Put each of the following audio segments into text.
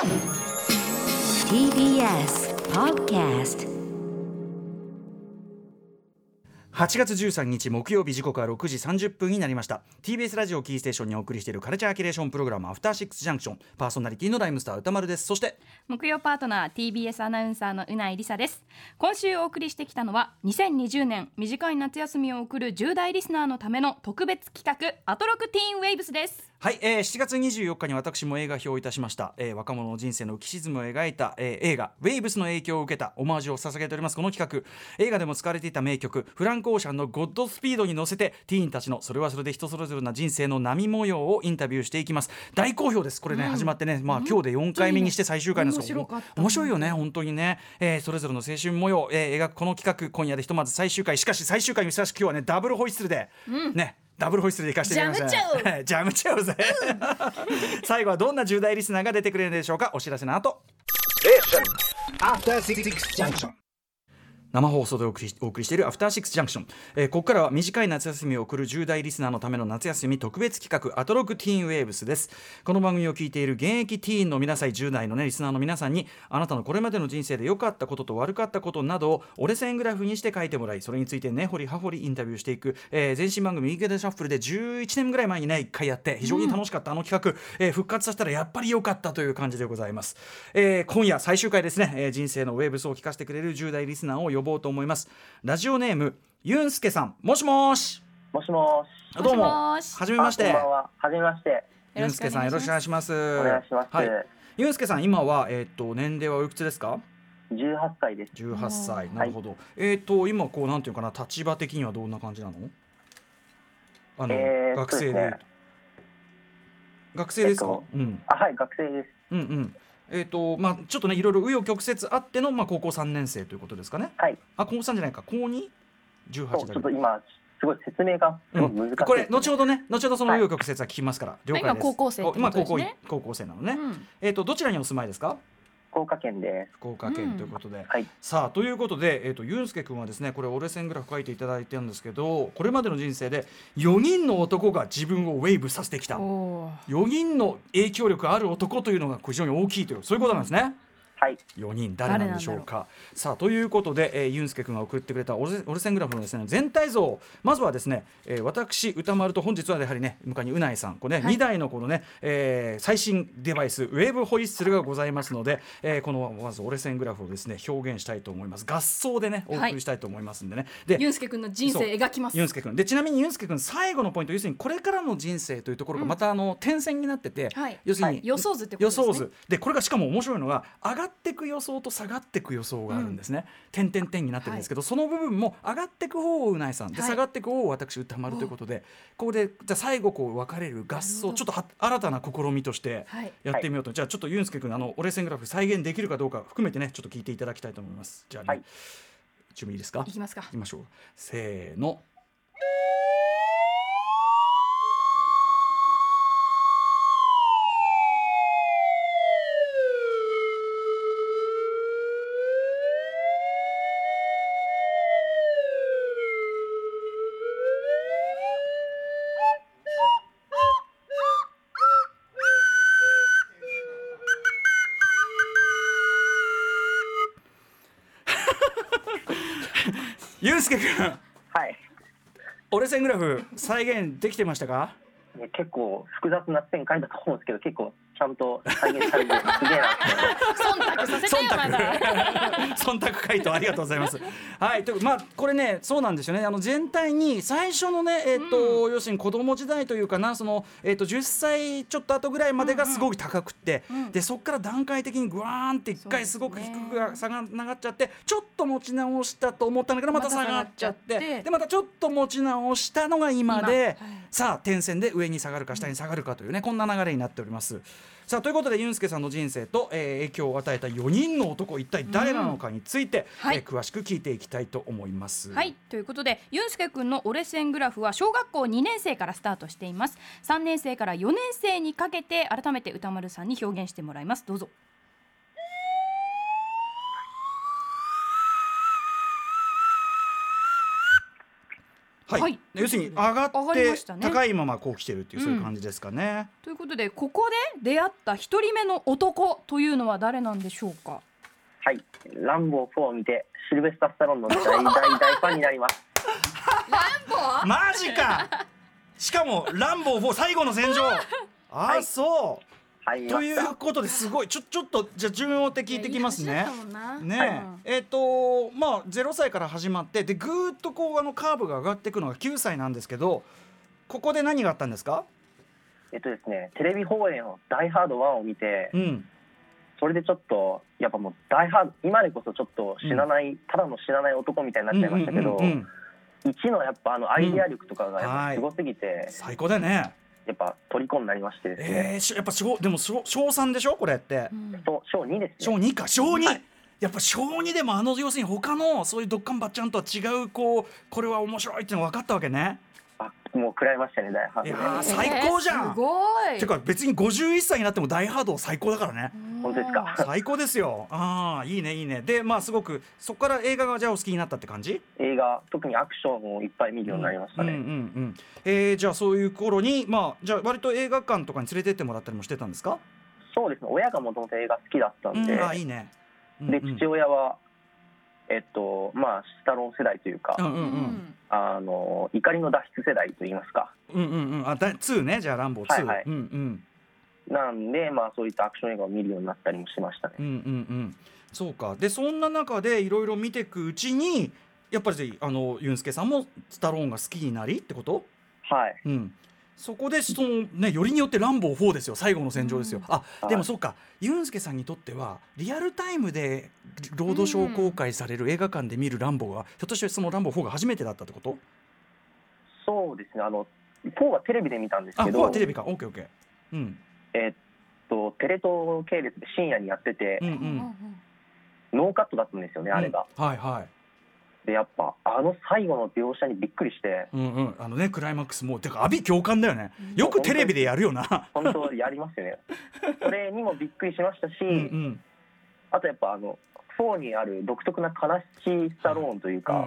TBS Podcast。 8月13日木曜日、時刻は6時30分になりました。 TBS ラジオキーステーションにお送りしているカルチャーキュレーションプログラム、アフターシックスジャンクション。パーソナリティのライムスター歌丸です。そして木曜パートナー TBS アナウンサーのうないりさです。今週お送りしてきたのは、2020年短い夏休みを送る10代リスナーのための特別企画、アトロクティーンウェイブスです。 はい、7月24日に私も映画表をいたしました。若者の人生の浮き沈みを描いた、映画ウェイブスの影響を受けたオマージュを捧げております。この企画、映画でも使われていた名曲フランク・オーシャンのゴッドスピードに乗せて、ティーンたちのそれはそれで人それぞれな人生の波模様をインタビューしていきます。大好評です。これね、始まってね、今日で4回目にして最終回なんですけど、面白いよね本当にね。それぞれの青春模様を、描くこの企画、今夜でひとまず最終回。しかし最終回にふさわしく今日はね、ダブルホイッスルで、ダブルホイッスルでいかしてみました。ジャムちゃうぜ最後はどんな10代リスナーが出てくれるでしょうか。お知らせの後、生放送でお送りしているアフターシックスジャンクション。ここからは短い夏休みを送る10代リスナーのための夏休み特別企画、アトロクティーンウェーブスです。この番組を聞いている現役ティーンの皆さん、10代の、リスナーの皆さんに、あなたのこれまでの人生で良かったことと悪かったことなどを折れ線グラフにして書いてもらい、それについて根掘り葉掘りインタビューしていく、前身番組ウィークエンドシャッフルで11年ぐらい前にね1回やって非常に楽しかったあの企画、復活させたらやっぱり良かったという感じでございます。今夜最終回ですね。人生のウェーブスを聞かせてくれる10代リスナーを呼ぼうと思います。ラジオネームユンスケさん、もしもし。 もしもし。 どうも、はじめまして。 こんばんは。はじめまして。 ユンスケさん、よろしくお願いします。 お願いします。 はい、ユンスケさん、今は、年齢はおいくつですか ？18歳です。 18歳、なるほど。今こうなんていうかな、立場的にはどんな感じなの？学生で、学生ですか？ はい、学生です。 ちょっとね、いろいろ紆余曲折あっての、高校3年生ということですかね。 はい。 高3じゃないか、高 2？18 だちょっと今すごい説明がすごい難しい、 これ後ほどその紆余曲折は聞きますから、了解です。 今高校生ってことですね。 高校生なのね。どちらにお住まいですか？ 福岡県です。 福岡県ということで、 はい、 さあということで、ユンスケ君はですね、これ折れ線グラフ書いていただいてるんですけど、これまでの人生で4人の男が自分をウェーブさせてきた、4人の影響力ある男というのが非常に大きいという、そういうことなんですね。はい、4人誰なんでしょうか。さあということで、ユンスケ君が送ってくれた折れ線グラフのですね、全体像、まずはですね、私歌丸と本日はやはりね、向かいにうないさん、これね、2台のこのね、最新デバイスウェーブホイッスルがございますので、このまず折れ線グラフをですね表現したいと思います。合奏でねお送りしたいと思いますんでね。で、 ユンスケ君の人生描きます。 ユンスケ君で、ちなみにユンスケ君最後のポイント、要するにこれからの人生というところがまた点線になってて、要するに予想図ってことですね。 予想図で、これがしかも面白いのが、上がっていく予想と下がっていく予想があるんですね。点々点になってるんですけど、その部分も上がっていく方をうないさんで、下がっていく方を私歌丸ということで、ここでじゃあ最後こう分かれる合奏、ちょっと新たな試みとしてやってみようと。じゃあちょっとユンスケ君、折れ線グラフ再現できるかどうか含めてね、ちょっと聞いていただきたいと思います。じゃあ、準備いいですか？ いきますか。 いきましょう。せーの。ユンスケ君、 はい、 折れ線グラフ再現できてましたか？ 結構複雑な展開だと思うんですけど、結構ちゃんと再現されてすげえな忖度させてよ、まだ忖度回答ありがとうございます。はい、これね、そうなんですよね。全体に最初のね、要するに子供時代というかな、その、10歳ちょっと後ぐらいまでがすごく高くって、でそこから段階的にグワーンって一回すごく低く下がっちゃって、ちょっと持ち直したと思ったんだけどまた下がっちゃって、でまたちょっと持ち直したのが今で、さあ点線で上に下がるか下に下がるかというね、こんな流れになっております。さあということで、ユンスケさんの人生と、影響を与えた4人の男、一体誰なのかについて、詳しく聞いていきたいと思います。 はい、ということで、ユンスケ君の折れ線グラフは小学校2年生からスタートしています。3年生から4年生にかけて改めて歌丸さんに表現してもらいます。どうぞ。 はい、 はい要するに上が上がってりましたね高いままこう来てるっていう、そういう感じですかね。 ということでここで出会った一人目の男というのは誰なんでしょうか。 はい、ランボー4を見てシルベスター・スタローンの大ファンになります。 マジかしかもランボー4最後の戦場あ、そうはい、 ということですごいちょっとじゃあ順を追って聞いてきますね。ねえ、まあ0歳から始まってでぐーっとこうカーブが上がっていくのが9歳なんですけど、ここで何があったんですか？ ですね、テレビ放映のダイハード1を見て、 うん、 それでちょっとやっぱもうダイハード今でこそちょっと死なない、ただの死なない男みたいになっちゃいましたけど、1のやっぱアイデア力とかがやっぱすごすぎて、 最高だよね。 やっぱ虜になりましてですね。 やっぱでも小3でしょこれって、 小2ですね。 小2か小2、 はい、 やっぱ小2でも要するに他のそういうドッカンバッチャンとは違うこれは面白いっていうのが分かったわけね。 もう食らいましたね、ダイハード。 いや最高じゃん、 すごい。 てか別に51歳になってもダイハード最高だからね。 本当ですか？ 最高ですよ。いいねいいね。でまあすごくそこから映画がじゃあお好きになったって感じ？ 映画特にアクションをいっぱい見るようになりましたね。 じゃあそういう頃にじゃあ割と映画館とかに連れてってもらったりもしてたんですか？ そうですね、親がもともと映画好きだったんで、 いいね。 で父親はまあスタローン世代というか、怒りの脱出世代といいますか。 2ね、じゃあランボー2。 はいはい。なんでまあそういったアクション映画を見るようになったりもしましたね。 そうか。でそんな中でいろいろ見ていくうちにやっぱりユンスケさんもスタローンが好きになりってこと？はい。そこでよりによってランボー4ですよ、最後の戦場ですよ。でもそうか、ユンスケさんにとってはリアルタイムでロードショー公開される映画館で見るランボーがひょっとしてそのランボー4が初めてだったってこと？ そうですね、4はテレビで見たんですけど。 4はテレビか、オッケーオッケー。テレ東系列で深夜にやってて、ノーカットだったんですよね、あれが。はいはい。でやっぱ最後の描写にびっくりして、 クライマックスもてか阿鼻共感だよね。よくテレビでやるよな。 本当やりますよね。それにもびっくりしましたし、あとやっぱ4にある独特な悲しいスタローンというか、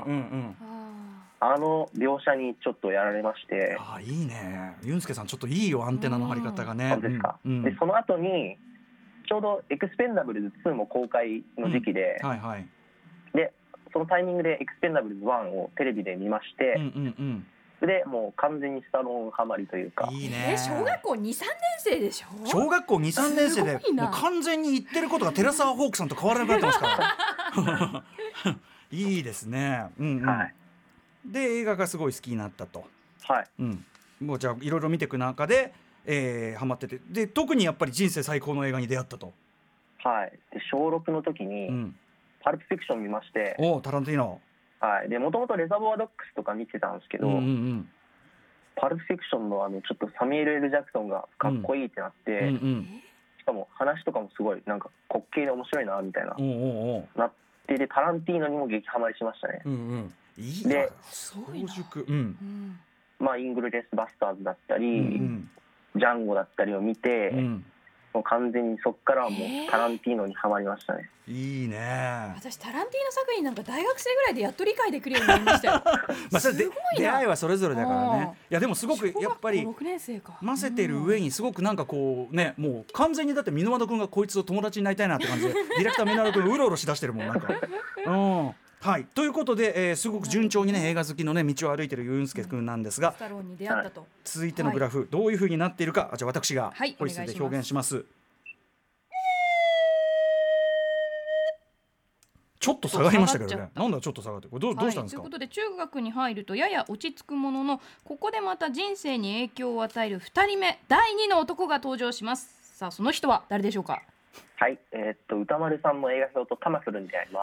描写にちょっとやられまして。 いいね、ユンスケさんちょっといいよ、アンテナの張り方がね。 そうですか。でその後にちょうどエクスペンダブルズ2も公開の時期で、でそのタイミングでエクスペンダブルズ1をテレビで見まして、でもう完全にスタローンハマりというか。 いいね。小学校 2,3 年生でしょ？ 小学校 2,3 年生でもう完全に言ってることがテラサー・ホークさんと変わらなくなってますからいいですね。で映画がすごい好きになったと。もうじゃあいろいろ見ていく中で、ハマってて、で特にやっぱり人生最高の映画に出会ったと。 で小6の時に、パルプフィクション見まして。 タランティーノ。 でもともとレザボアドックスとか見てたんですけど、パルプフィクションのちょっとサミュエル・L・ジャクソンがかっこいいってなって、しかも話とかもすごいなんか滑稽で面白いなみたいななって、でタランティーノにも激ハマりしましたね。で早熟。 まあイングルレス・バスターズだったり、ジャンゴだったりを見て、もう完全にそっからはもうタランティーノにはまりましたね。 いいね。 私タランティーノ作品なんか大学生ぐらいでやっと理解できるようになりましたよそれで出会いはそれぞれだからね。いやでもすごくやっぱり混ぜてる上にすごくなんかこうね、もう完全にだって箕輪田君がこいつと友達になりたいなって感じでディレクター箕輪田君うろうろしだしてるもんなんかはい、ということで、すごく順調にね映画好きのね道を歩いてるユンスケ君なんですが、 スタローンに出会ったと。 続いてのグラフ、どういう風になっているか、じゃあ私がホイッスルで表現します。ちょっと下がりましたけどね。なんだちょっと下がって、これどうしたんですか？ということで中学に入るとやや落ち着くものの、ここでまた人生に影響を与える2人目第2の男が登場します。さあその人は誰でしょうか？ はい、歌丸さんの映画表とタマフルに出会います。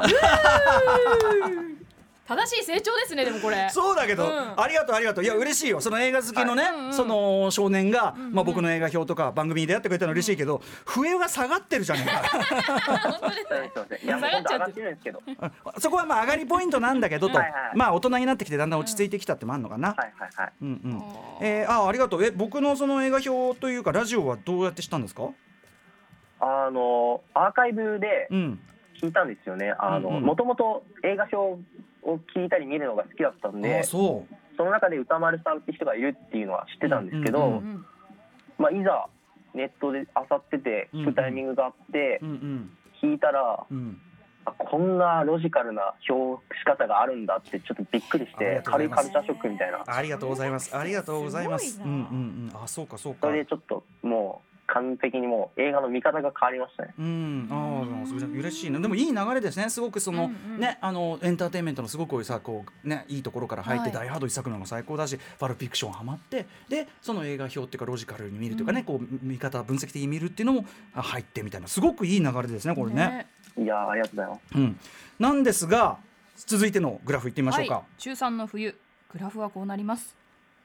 正しい成長ですね。でもこれそうだけど、ありがとうありがとう。いや嬉しいよ、その映画好きのね、その少年が、僕の映画表とか番組に出会ってくれたの嬉しいけど、笛が下がってるじゃねえか本当ですね。 いやもう本当上がってるんですけどそこはまあ上がりポイントなんだけどとまあ大人になってきてだんだん落ち着いてきたってもあるのかな。ありがとう。僕のその映画表というかラジオはどうやって知ったんですか？ アーカイブで聞いたんですよね。もともと映画表を聞いたり見るのが好きだったんで、 その中で歌丸さんって人がいるっていうのは知ってたんですけど、まあ、いざネットで漁ってて聞くタイミングがあって聞いたら、こんなロジカルな表し方があるんだってちょっとびっくりして、軽いカルチャーショックみたいな。 ありがとうございます。ありがとうございます。あ、そうかそうか。 それでちょっともう完璧にもう映画の見方が変わりましたね。 それ嬉しいね。でもいい流れですね。すごくその、ね、エンターテインメントのすごくさこうねいいところから入って、ダイハード一作のも最高だし、パルプフィクションハマって、でその映画表っていうかロジカルに見るというかね、こう見方分析的に見るっていうのも入ってみたいな、すごくいい流れですねこれね。 いやありがとうございます。 なんですが続いてのグラフいってみましょうか。 中3の冬、グラフはこうなります。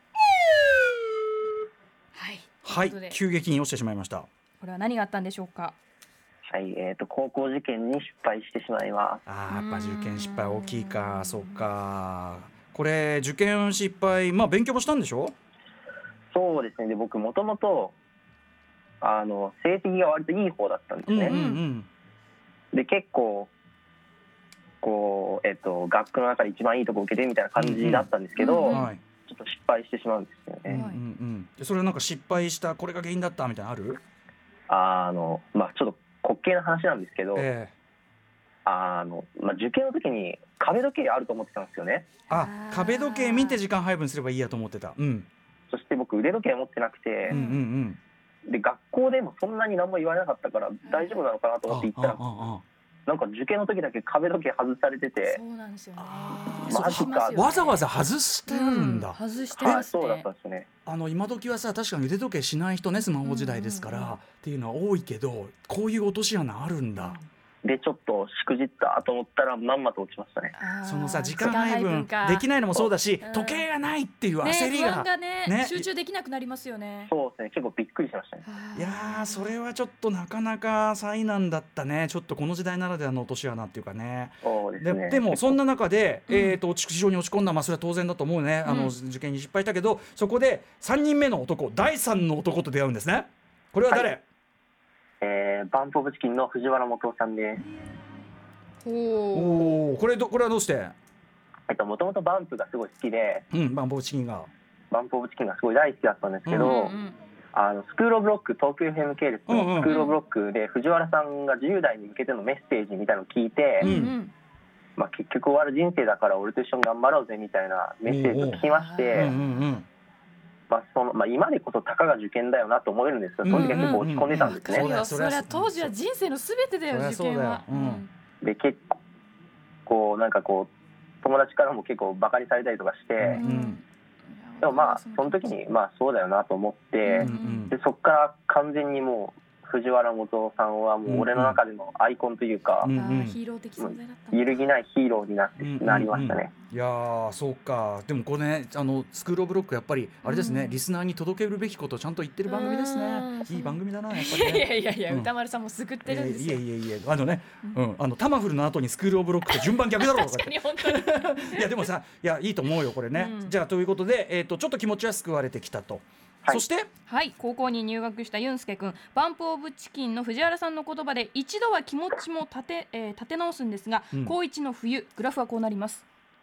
はい、急激に落ちてしまいました。 これは何があったんでしょうか。 はい、高校受験に失敗してしまいます。 やっぱ受験失敗大きいか。そうか。これ受験失敗、まあ勉強もしたんでしょ。 そうですね。で僕もともと成績が割といい方だったんですね。で結構こう、学区の中で一番いいとこ受けてみたいな感じだったんですけど、ちょっと失敗してしまうんですよね。 それなんか失敗したこれが原因だったみたいなのある？ まあちょっと滑稽な話なんですけど、まあ、受験の時に壁時計あると思ってたんですよね。 壁時計見て時間配分すればいいやと思ってた。 そして僕腕時計持ってなくて、で学校でもそんなに何も言われなかったから大丈夫なのかなと思って行ったら、なんか受験の時だけ壁時計外されてて。 そうなんですよね。 マジか。わざわざ外してあるんだ。 外してますね。 そうだったんですね。 今時はさ、確かに腕時計しない人ね、スマホ時代ですから、っていうのは多いけど、こういう落とし穴あるんだ。 でちょっとしくじったと思ったらまんまと落ちましたね。 そのさ時間配分できないのもそうだし、時計がないっていう焦りが、 集中できなくなりますよね。 そうですね、結構びっくりしましたね。 いやそれはちょっとなかなか災難だったね。ちょっとこの時代ならではの落とし穴っていうかね。 そうですね。 でもそんな中で、非常に落ち込んだ、それは当然だと思うね。受験に失敗したけど、そこで3人目の男、第3の男と出会うんですね。これは誰？ バンプオブチキンの藤原元さんです。 これはどうして？ もともとバンプがすごい好きで、 バンプオブチキンがすごい大好きだったんですけど、スクールオブロック、東京 FM 系列のスクールオブロックで藤原さんが10代に向けてのメッセージみたいなのを聞いて、結局終わる人生だから俺と一緒に頑張ろうぜみたいなメッセージを聞きまして、今でこそたかが受験だよなと思えるんですけど、その時は結構落ち込んでたんですね。 それは当時は人生のすべてだよ、受験は。 で結構なんかこう友達からも結構バカにされたりとかして、でもその時にそうだよなと思って、でそこから完全にもう藤原元さんはもう俺の中でのアイコンというか、 ヒーロー的存在だった。 揺るぎないヒーローになりましたね。 いやそうか。でもこれね、スクールオブロックやっぱりあれですね、リスナーに届けるべきことをちゃんと言ってる番組ですね。いい番組だなやっぱりね。 いや歌丸さんも救ってるんですよ。 いやタマフルの後にスクールオブロックって順番逆だろうとか。 確かに本当に。 いやでもさ、いいと思うよこれね。じゃあということでちょっと気持ちは救われてきたと。そして高校に入学したユンスケ君、バンプオブチキンの藤原さんの言葉で一度は気持ちも立て直すんですが、高1の冬、グラフはこうなります。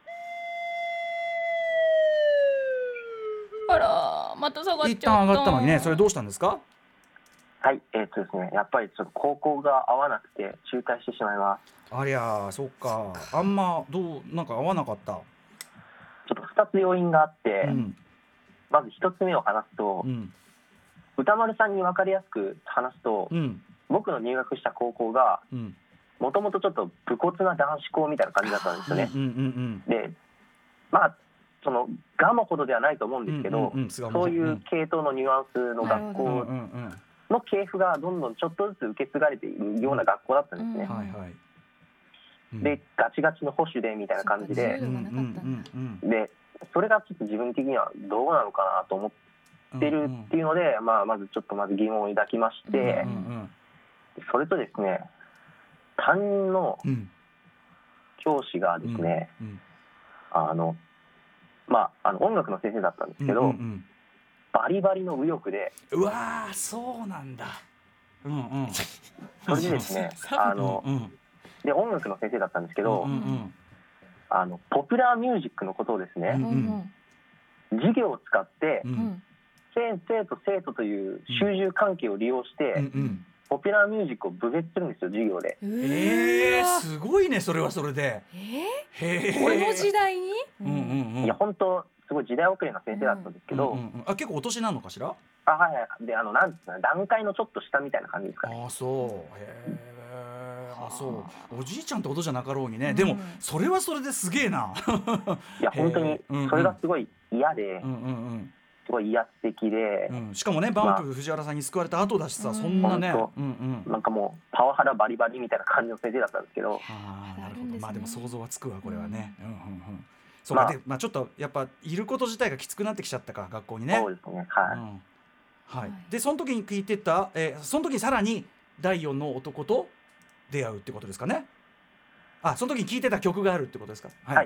あらまた下がっちゃった。 一旦上がったのにね、それどうしたんですか？ はいですね、やっぱりちょっと高校が合わなくて中退してしまいます。 ありゃそっか。あんまなんか合わなかった。 ちょっと2つ要因があって、まず1つ目を話すと、歌丸さんに分かりやすく話すと、僕の入学した高校がもともとちょっと武骨な男子校みたいな感じだったんですよね。でそのガモほどではないと思うんですけど、そういう系統のニュアンスの学校の系譜がどんどんちょっとずつ受け継がれているような学校だったんですね。でガチガチの保守でみたいな感じで、それがちょっと自分的にはどうなのかなと思ってるっていうので、まずちょっと疑問を抱きまして、それとですね、担任の教師がですね、音楽の先生だったんですけど、バリバリの右翼で、 うわーそうなんだ。 それでですね、で音楽の先生だったんですけど、ポピュラーミュージックのことをですね、 授業を使って、 うん、 先生と生徒という習習関係を利用して、 うんうん、 ポピュラーミュージックを部別するんですよ、授業で。 すごいね、それはそれで。 この時代に、 いや本当すごい時代遅れな先生だったんですけど、 あ、結構お年なのかしら。 あ、はいはい。で、なんですかね、段階のちょっと下みたいな感じですかね。 あ、そう。あ、そう。おじいちゃんってことじゃなかろうにね。でもそれはそれですげえな。 いや本当にそれがすごい嫌で、すごい威圧的で、 しかもね、バンプ藤原さんに救われた後だしさ、そんなね、 なんかもうパワハラバリバリみたいな感じの先生だったんですけど、 なるほど。まあでも想像はつくわ、これはね。そうか。で、まあちょっとやっぱいること自体がきつくなってきちゃったか、学校にね。 そうですね、はい、 はい。でその時に聞いてた、その時にさらに第4の男と出会うってことですかね。あ、その時に聞いてた曲があるってことですか。 はい、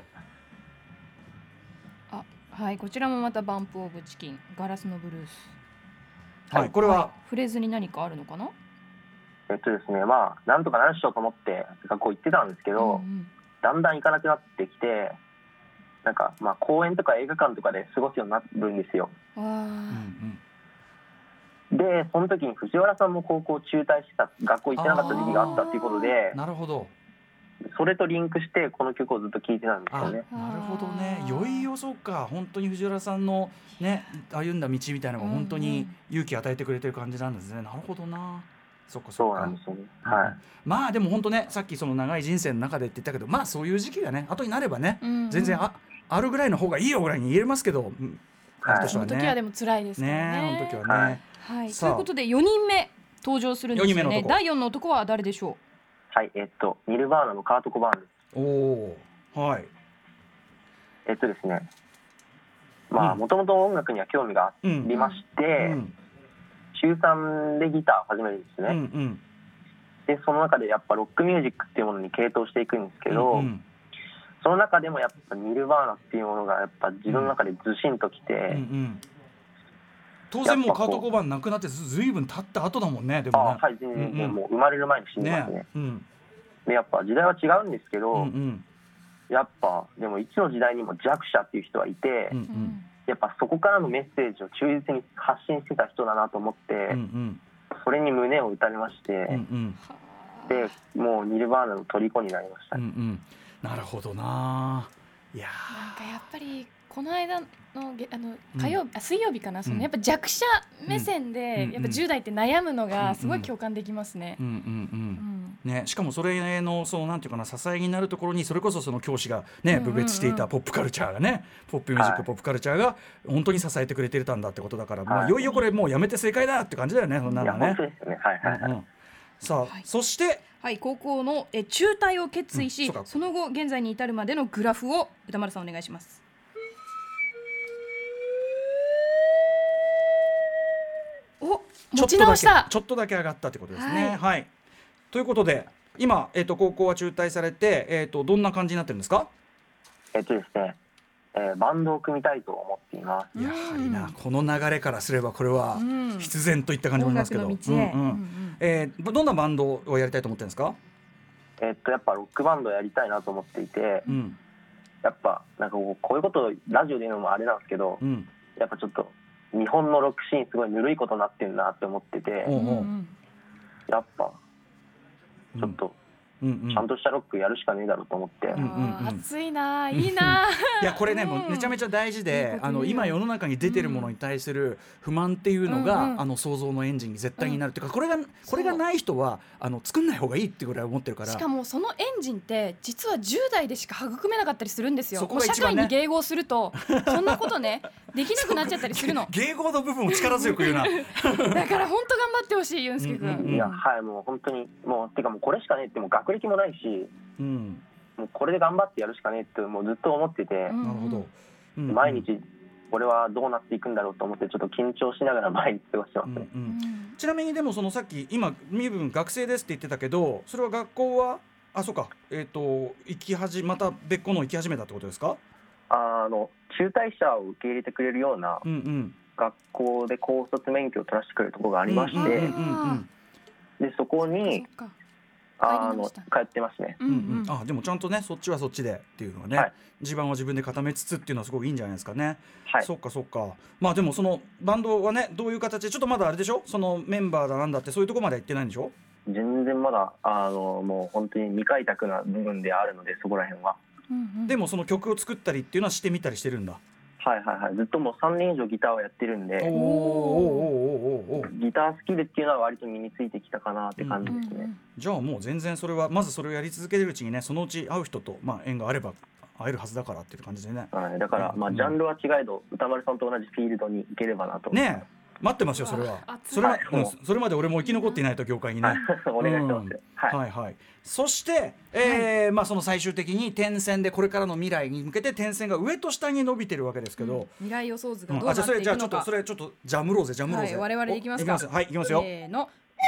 はい、こちらもまたバンプオブチキン、ガラスのブルース。 はい、これは、 フレーズに何かあるのかな。 ですね、まあなんとか何しようと思って学校行ってたんですけど、だんだん行かなくなってきて、なんかまあ公園とか映画館とかで過ごすようになるんですよ。でその時に藤原さんも高校中退してた、学校行ってなかった時期があったっていうことで、 なるほど、 それとリンクしてこの曲をずっと聴いてたんですよね。 なるほどね。いよいよそうか、本当に藤原さんのね歩んだ道みたいなのが本当に勇気を与えてくれてる感じなんですね。なるほどな。 そうなんですよね。はい。 まあでも本当ね、さっきその長い人生の中でって言ったけど、まあそういう時期がね後になればね、全然あるぐらいの方がいいよぐらいに言えますけど、 その時はでも辛いですからね。 その時はね。 はい。ということで4人目登場するんですよね。第4の男は誰でしょう。 はい、ニルバーナのカート・コバーンです。 おお、はい。 ですね、まあもともと音楽には興味がありまして、中3でギターを始めるんですね。でその中でやっぱロックミュージックっていうものに傾倒していくんですけど、その中でもやっぱニルバーナっていうものがやっぱ自分の中でずしんときて、 当然もうカート・コバーン亡くなってずいぶん経った後だもんね。でもね、 はい、全然もう生まれる前に死んでますね。でやっぱ時代は違うんですけど、やっぱでもいつの時代にも弱者っていう人はいて、やっぱそこからのメッセージを忠実に発信してた人だなと思って、それに胸を打たれまして、でもうニルバーナの虜になりました。 なるほどな。いやなんかやっぱりこの間の火曜日、水曜日かな、そのやっぱ弱者目線でやっぱ10代って悩むのがすごい共感できますね。 ね、しかもそれのそのなんていうかな、支えになるところにそれこそその教師がね部別していたポップカルチャーがね、ポップミュージック、ポップカルチャーが本当に支えてくれてたんだってことだから、まあいよいよこれもうやめて正解だって感じだよね。そんなのね。さあ、そして高校の中退を決意し、その後現在に至るまでのグラフを歌丸さんお願いします。持ち直した。 ちょっとだけ上がったってことですね。はい。ということで今、高校は中退されて、どんな感じになってるんですか。 ですね、バンドを組みたいと思っています。 やはりな、この流れからすればこれは必然といった感じもありますけど、どんなバンドをやりたいと思ってるんですか。 やっぱロックバンドをやりたいなと思っていて、やっぱなんかこういうことをラジオで言うのもあれなんですけど、やっぱちょっと日本のロックシーンすごいぬるいことになってるなって思ってて、やっぱちょっとちゃんとしたロックやるしかねえだろうと思って。 熱いな、いいな。 いやこれね、もうめちゃめちゃ大事で、今世の中に出てるものに対する不満っていうのが、創造のエンジンに絶対になるっていうか、これがない人は作んない方がいいってぐらい思ってるから。 しかもそのエンジンって実は10代でしか育めなかったりするんですよ。 そこが社会に迎合するとそんなことねできなくなっちゃったりするの。 迎合の部分を力強く言うな。 だから本当頑張ってほしい、ユンスケ君。 いや、はい、もう本当にもうてかもうこれしかねえって、もう学歴もないし、もうこれで頑張ってやるしかねえってもうずっと思ってて、 なるほど。 毎日これはどうなっていくんだろうと思ってちょっと緊張しながら毎日過ごしてますね。 ちなみにでもそのさっき今身分学生ですって言ってたけど、それは学校はそうか、また別個の行き始めたってことですか。 中退者を受け入れてくれるような学校で高卒免許を取らせてくれるところがありまして、でそこに通ってますね。 あ、でもちゃんとねそっちはそっちでっていうのはね、地盤は自分で固めつつっていうのはすごくいいんじゃないですかね。そっかそっか。まあでもそのバンドはねどういう形で、ちょっとまだあれでしょ、そのメンバーだなんだってそういうところまでは行ってないんでしょ。 全然まだもう本当に未開拓な部分であるので、そこら辺は。 でもその曲を作ったりっていうのはしてみたりしてるんだ。 ずっともう3年以上ギターをやってるんで、ギタースキルっていうのは割と身についてきたかなって感じですね。 じゃあもう全然それはまずそれをやり続けてるうちにね、そのうち会う人と縁があれば会えるはずだからっていう感じでね。 だからジャンルは違えど歌丸さんと同じフィールドに行ければなとね。待ってますよそれは。それまで俺も生き残っていないと業界にね。 お願いします。 そして、その最終的に点線でこれからの未来に向けて点線が上と下に伸びてるわけですけど、 未来予想図がどうなっていくのか。 じゃあそれちょっとジャムろうぜ。 我々でいきますか。 はい、いきますよ。 せーの。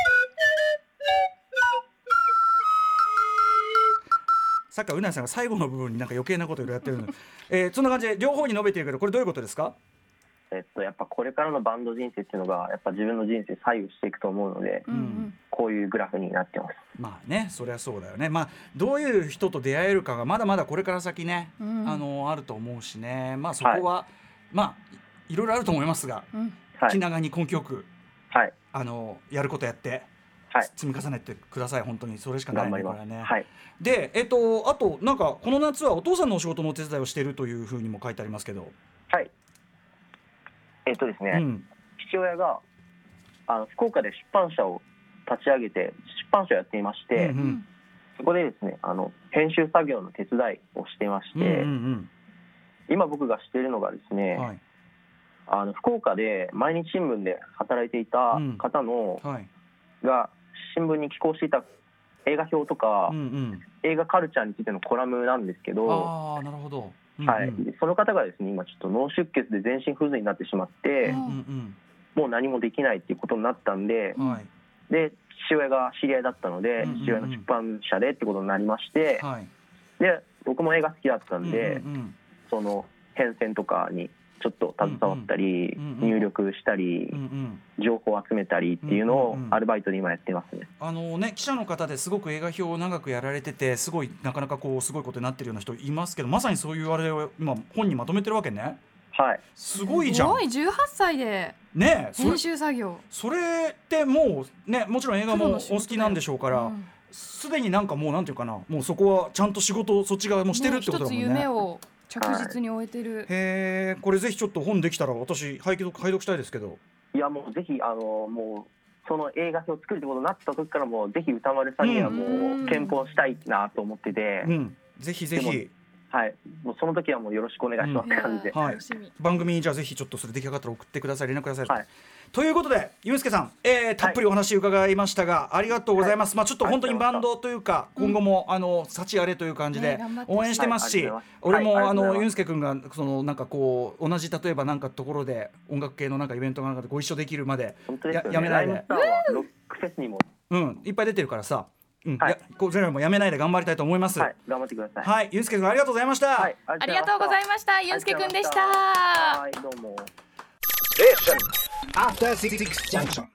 さっきうなぎさんが最後の部分になんか余計なこといろいろやってるのそんな感じで両方に述べてるけど、これどういうことですか。 やっぱこれからのバンド人生っていうのがやっぱ自分の人生左右していくと思うので、こういうグラフになってます。 まあね、そりゃそうだよね。どういう人と出会えるかがまだまだこれから先ね、あると思うしね。そこは、いろいろあると思いますが、気長に根気よく、やることやって、積み重ねてください。本当にそれしかないからね。で、あとなんかこの夏はお父さんのお仕事のお手伝いをしているというふうにも書いてありますけど。 ですね、父親が福岡で出版社を立ち上げて出版社をやっていまして、そこでですね編集作業の手伝いをしていまして、今僕がしているのがですね、福岡で毎日新聞で働いていた方の、が新聞に寄稿していた映画表とか、映画カルチャーについてのコラムなんですけど、 なるほど。 その方がですね今ちょっと脳出血で全身不随になってしまって、もう何もできないっていうことになったんで、で父親が知り合いだったので、父親の出版社でってことになりまして、で僕も映画好きだったんで、その変遷とかにちょっと携わったり、入力したり、情報を集めたりっていうのをアルバイトで今やってますね。 記者の方ですごく映画表を長くやられてて、すごいなかなかすごいことになってるような人いますけど、まさにそういうあれを今本にまとめてるわけね。すごいじゃん。 すごい18歳で編集作業。 それってもうね、もちろん映画もお好きなんでしょうから、すでになんかもうなんていうかな、もうそこはちゃんと仕事をそっち側もしてるってことだもんね。 一つ夢を着実に終えてる。 これぜひちょっと本できたら私拝読したいですけど。 いやもうぜひもうその映画表を作るってことになった時からもうぜひ歌丸さんにはもう検討したいなと思ってて、 ぜひぜひ。 もうその時はもうよろしくお願いしますって感じで、 番組にじゃあぜひちょっとそれ出来上がったら送ってください、連絡ください。ということでユンスケさん、たっぷりお話伺いましたが、ありがとうございます。ちょっと本当にバンドというか今後も幸あれという感じで応援してますし、俺もユンスケ君がそのなんか同じ例えばなんかところで音楽系のなんかイベントなんかでご一緒できるまでやめないで、 ロックフェスにもいっぱい出てるからさ、こちらもやめないで頑張りたいと思います。 頑張ってください。 ユンスケ君ありがとうございました。 ありがとうございました。ユンスケ君でした。 どうも。 After 66 junction.